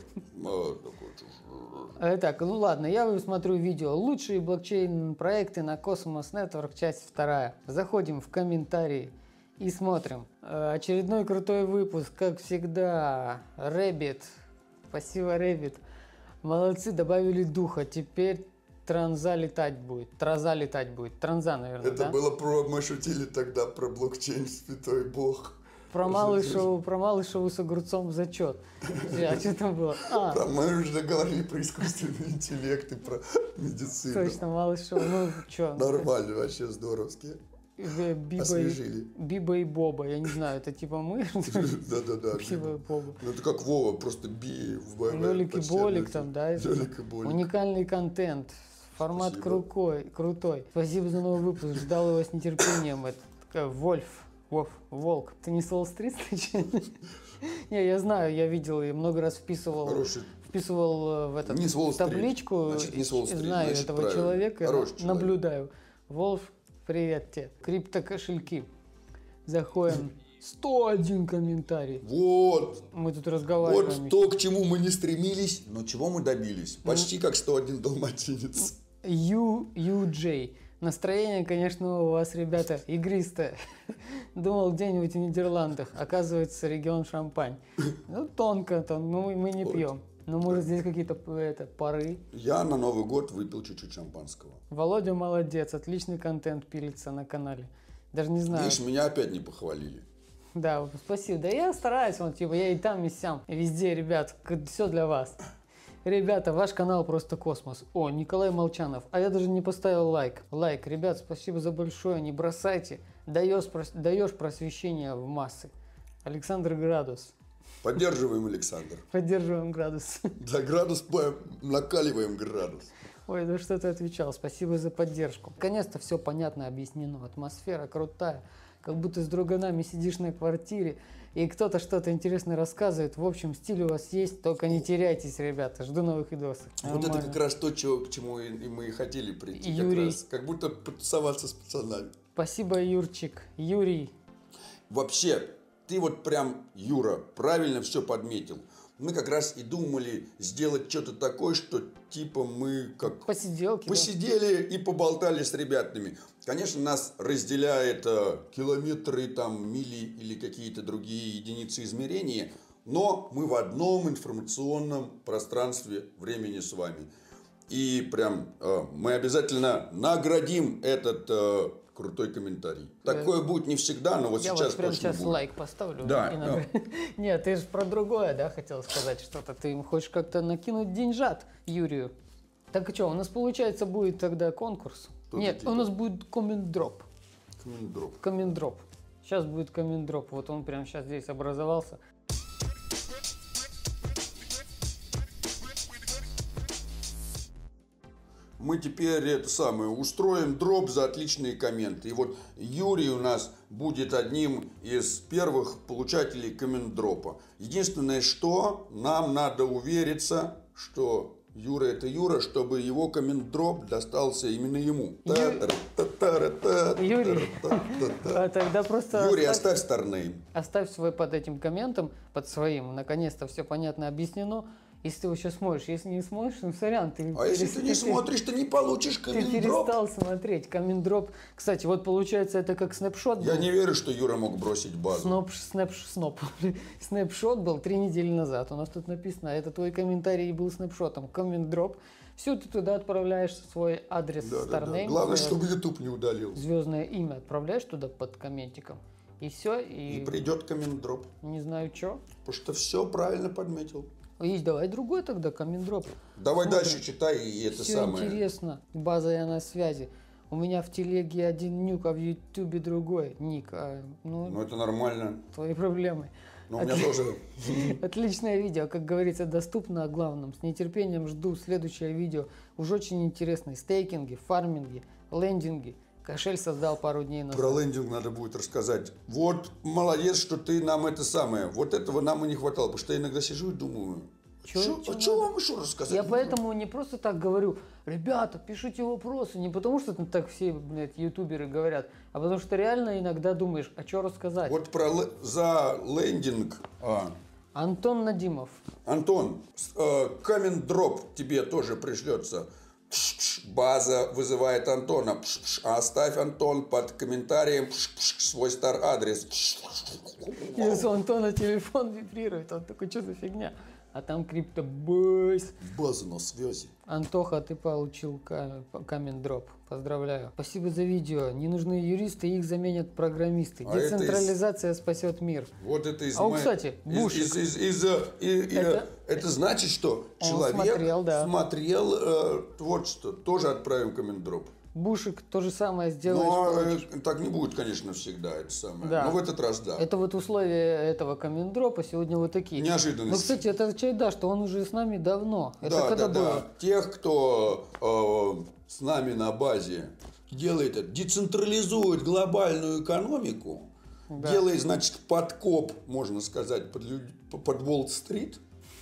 Так, ну ладно, я смотрю видео «Лучшие блокчейн-проекты на Cosmos Network», часть 2. Заходим в комментарии и смотрим. Очередной крутой выпуск, как всегда. Рэббит. Спасибо, Рэббит. Молодцы, добавили духа. Теперь транза летать будет. Транза, наверное, это да? было мы шутили тогда про блокчейн, святой бог. Про Малышеву с огурцом в зачет. А что там было? Мы уже говорили про искусственный интеллект и про медицину. Точно, Малышева. Ну, что? Нормально, вообще здоровски. Освежили. Биба и Боба. Я не знаю, это типа мы? Да-да-да. Биба и Боба. Ну, это как Вова, просто би в Лёлик и Болик там, да? Лёлик и Болик. Уникальный контент. Формат крутой. Спасибо за новый выпуск. Ждал его с нетерпением. Это такая Волк. Ты не с Уолл-стрит случайно? Не, я знаю, я видел и много раз вписывал в эту табличку. Значит, не с Уолл-стрит. Знаю этого человека, наблюдаю. Волф, привет тебе. Криптокошельки. Заходим. 101 комментарий. Вот. Мы тут разговариваем. Вот то, к чему мы не стремились, но чего мы добились. Почти как 101 далматинец. UJ. Настроение, конечно, у вас, ребята, игристое. Думал, где-нибудь в Нидерландах. Оказывается, регион Шампань. Ну, тонко-то, ну, мы не пьем. Ну, может, здесь какие-то пары. Я на Новый год выпил чуть-чуть шампанского. Володя молодец, отличный контент пилится на канале. Даже не знаю. Видишь, меня опять не похвалили. Да, спасибо. Да я стараюсь, вот, типа, я и там, и сям. И везде, ребят, все для вас. Ребята, ваш канал просто космос. О, Николай Молчанов. А я даже не поставил лайк. Лайк. Ребят, спасибо за большое. Не бросайте. Даешь просвещение в массы. Александр Градус. Поддерживаем, Александр. Поддерживаем градус. За градус накаливаем градус. Ой, да что ты отвечал. Спасибо за поддержку. Наконец-то все понятно объяснено. Атмосфера крутая. Как будто с друганами сидишь на квартире, и кто-то что-то интересное рассказывает. В общем, стиль у вас есть, только не теряйтесь, ребята. Жду новых видосов. Вот это как раз то, к чему мы и хотели прийти. Юрий. Как раз, как будто потусоваться с пацанами. Спасибо, Юрчик. Юрий. Вообще, ты вот прям, Юра, правильно все подметил. Мы как раз и думали сделать что-то такое, что типа мы как Посиделки. посидели и поболтали с ребятами. Конечно, нас разделяет километры, там, мили или какие-то другие единицы измерения, но мы в одном информационном пространстве времени с вами. И прям мы обязательно наградим этот крутой комментарий. Такое будет не всегда, но вот Я сейчас вот прямо точно сейчас будет. лайк поставлю. Да, Нет, ты же про другое, да, хотел сказать что-то. Ты им хочешь как-то накинуть деньжат Юрию. Так и что, у нас, получается, будет тогда конкурс? Что-то Нет, типа. у нас будет коммент-дроп. Коммент-дроп. Коммент-дроп. Сейчас будет коммент-дроп. Вот он прямо сейчас здесь образовался. Мы теперь устроим дроп за отличные комменты. И вот Юрий у нас будет одним из первых получателей коммент-дропа. Единственное, что нам надо увериться, что Юра это Юра, чтобы его коммент-дроп достался именно ему. Юрий, а тогда просто Юрий, оставь старнейм. оставь свой под этим комментом, под своим. Наконец-то все понятно объяснено. Если ты его сейчас смотришь, если не смотришь, ну сорян, ты... А если ты не смотришь, ты не получишь Ты коммент-дроп. перестал смотреть. Коммент-дроп. Кстати, вот получается это как снапшот был. Я не верю, что Юра мог бросить базу. Снапшот был 3 недели назад. У нас тут написано, это твой комментарий был снапшотом. Коммент-дроп. Все, ты туда отправляешь свой адрес Starname. Главное, чтобы YouTube не удалил. Звездное имя отправляешь туда под комментиком. И все. И придет коммент-дроп. Не знаю, что. Потому что все правильно подметил. Есть, давай другой тогда коммент-дроп. Давай Смотрим. дальше читай, и это Все самое. интересно. База я на связи. У меня в телеге один нюк, а в ютубе другой ник. Ну, это нормально. Твои проблемы. Но у меня тоже. Отличное видео, как говорится, доступно о главном. С нетерпением жду следующее видео. Уж очень интересные стейкинги, фарминги, лендинги. Кошель создал пару дней назад. Про лендинг надо будет рассказать. Вот молодец, что ты нам это самое. Вот этого нам и не хватало. Потому что я иногда сижу и думаю, что вам еще рассказать? Я поэтому не просто так говорю, ребята, пишите вопросы. Не потому что так все, блядь, ютуберы говорят, а потому что реально иногда думаешь, а что рассказать. Вот за лендинг. Антон Надимов. Антон, коммент-дроп тебе тоже пришлется. База вызывает Антона. Оставь, Антон, под комментарием свой стар-адрес. Если у Антона телефон вибрирует, он такой, что за фигня? А там криптобойс. База на связи. Антоха, ты получил коммент-дроп. Поздравляю. Спасибо за видео. Не нужны юристы, их заменят программисты. Децентрализация спасет мир. Вот это из кстати, Бушик. Это значит, что человек смотрел творчество. Тоже отправим коммент-дроп. Бушик то же самое сделаешь. Но так не будет, конечно, всегда это самое. Да. Но в этот раз да. Это вот условия этого коммент-дропа сегодня вот такие. Неожиданность. Ну, кстати, это означает, да, что он уже с нами давно. Это Да, когда да, было? да. Тех, кто с нами на базе делает это, децентрализует глобальную экономику, Да. делает, значит, подкоп, можно сказать, под Уолл-стрит.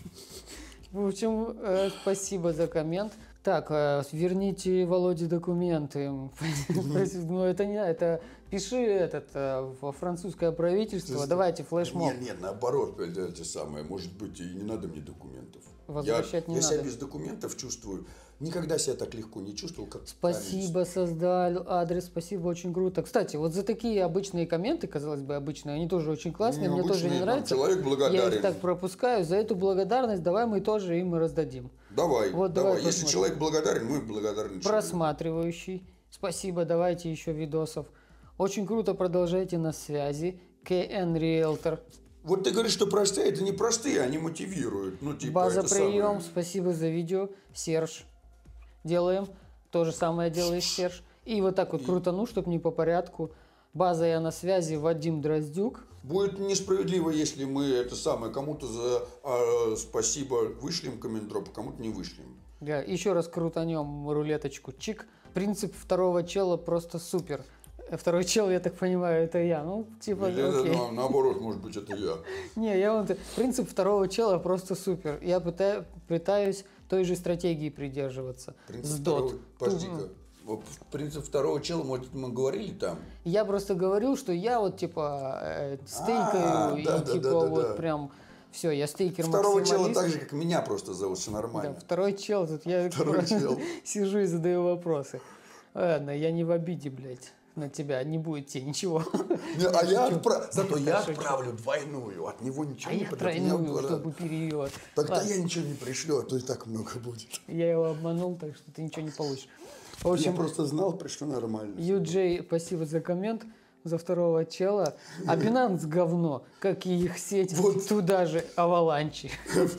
В общем, спасибо за коммент. Так, верните Володе документы. Ну, это не это. Пиши во французское правительство. Давайте флешмоб. Нет, наоборот, это самое. Может быть, и не надо мне документов. Возвращать не я себя надо. без документов чувствую. Никогда себя так легко не чувствовал, как Спасибо, создал адрес, спасибо, очень круто. Кстати, вот за такие обычные комменты, казалось бы, обычные, они тоже очень классные, мне тоже не нравятся. Человек благодарен. Я их так пропускаю. За эту благодарность давай мы тоже им раздадим. Давай, Вот, давай. давай Если человек благодарен, мы благодарны. Просматривающий. Спасибо, давайте еще видосов. Очень круто, продолжайте на связи. КН Риэлтор. Вот ты говоришь, что простые, это не простые, они мотивируют. Ну, типа, База это прием, самое... спасибо за видео. Серж. Делаем. То же самое делаешь, Серж. И вот так вот крутану, чтобы не по порядку. База, я на связи, Вадим Дроздюк. Будет несправедливо, если мы это самое кому-то за спасибо вышлем комментдроп, а кому-то не вышлем. Да, еще раз крутанем рулеточку. Чик. Принцип второго чела просто супер. Второй чел, я так понимаю, это я. Ну, типа, Или окей. это, наоборот, может быть, это я. Не, я вот... Принцип второго чела просто супер. Я пытаюсь той же стратегии придерживаться. Принцип С второго... дот. Подожди-ка. Вот принцип второго чела, может, мы говорили там? Я просто говорил, что я вот типа стейкаю и типа вот прям все, я стейкер Второго максималист. чела так же, как меня просто зовут, все Да, нормально. второй чел, тут я чел. сижу и задаю вопросы. Ладно, я не в обиде, блядь, на тебя, не будет тебе ничего. А я зато я отправлю двойную, от него ничего не я придет. тройную, чтобы перевод. Тогда я ничего не пришлю, а то и так много будет. Я его обманул, так что ты ничего не получишь. В Я общем, просто знал, пришло нормально. UJ, спасибо за коммент, за второго чела. А Binance говно, как и их сеть, Вот. туда же аваланчи.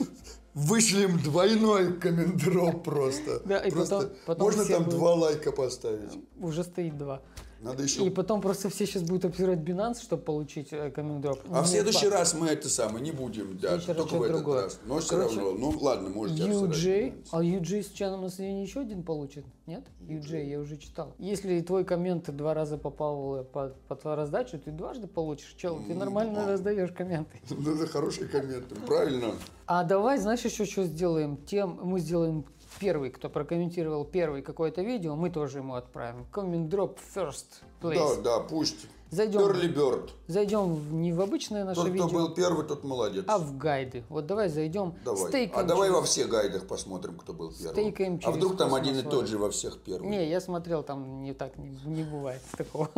Вышлем двойной комментдроп просто. Да, и Просто потом можно все там будут- 2 лайка поставить. Уже стоит 2. Надо еще... И потом просто все сейчас будут обсуждать Binance, чтобы получить коммент-дроп. А в следующий раз мы это самое не будем, да, следующий раз только в что-то этот другое. раз. Но все Короче, равно, ну ладно, можете UJ, обсуждать. а UJ с чаном на следующий еще один получит? Нет? UJ, я уже читал. Если твой коммент 2 раза попал под раздачу, ты дважды получишь. Чел, ты нормально раздаешь комменты. Ну, это хороший коммент, правильно? А давай, знаешь, еще что сделаем? Мы сделаем первый, кто прокомментировал первый какое-то видео, мы тоже ему отправим. Коммент-дроп first place. Да, пусть. Зайдем. Early bird. Зайдем не в обычное наше Тот, видео, кто был первый, тот молодец. а в гайды. Вот давай зайдем. Давай. Стейкаем А давай через- во всех гайдах посмотрим, кто был первым. Стейкаем А через вдруг там космос один и вот. тот же во всех первый? Не, я смотрел, там не так, не бывает такого.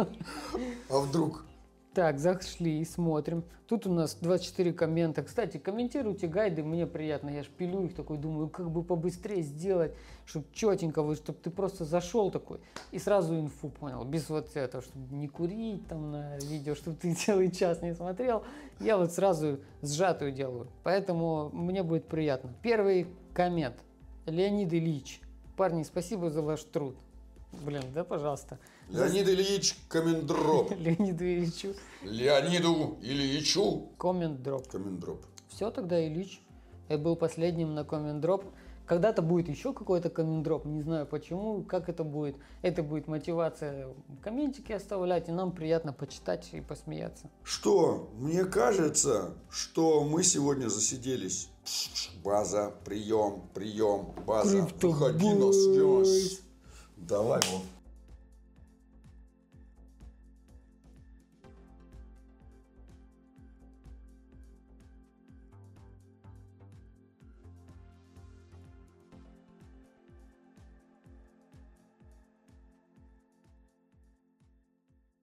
А вдруг? Так, зашли, смотрим. Тут у нас 24 коммента. Кстати, комментируйте гайды, мне приятно. Я ж пилю их такой, думаю, как бы побыстрее сделать, чтобы четенько, чтобы ты просто зашел такой и сразу инфу понял. Без вот этого, чтобы не курить там на видео, чтобы ты целый час не смотрел. Я вот сразу сжатую делаю. Поэтому мне будет приятно. Первый коммент. Леонид Ильич. Парни, спасибо за ваш труд. Блин, да, пожалуйста. Леонид Ильич комментдроп. Леониду Ильичу. Леониду Ильичу Коммент-дроп. комментдроп. Все, тогда Ильич. Я был последним на коммент-дроп. Когда-то будет еще какой-то коммент-дроп, не знаю почему, как это будет. Это будет мотивация комментики оставлять, и нам приятно почитать и посмеяться. Что? Мне кажется, что мы сегодня засиделись. База, прием, база. Крипто Выходи на бойс. связь. Давай, Вов.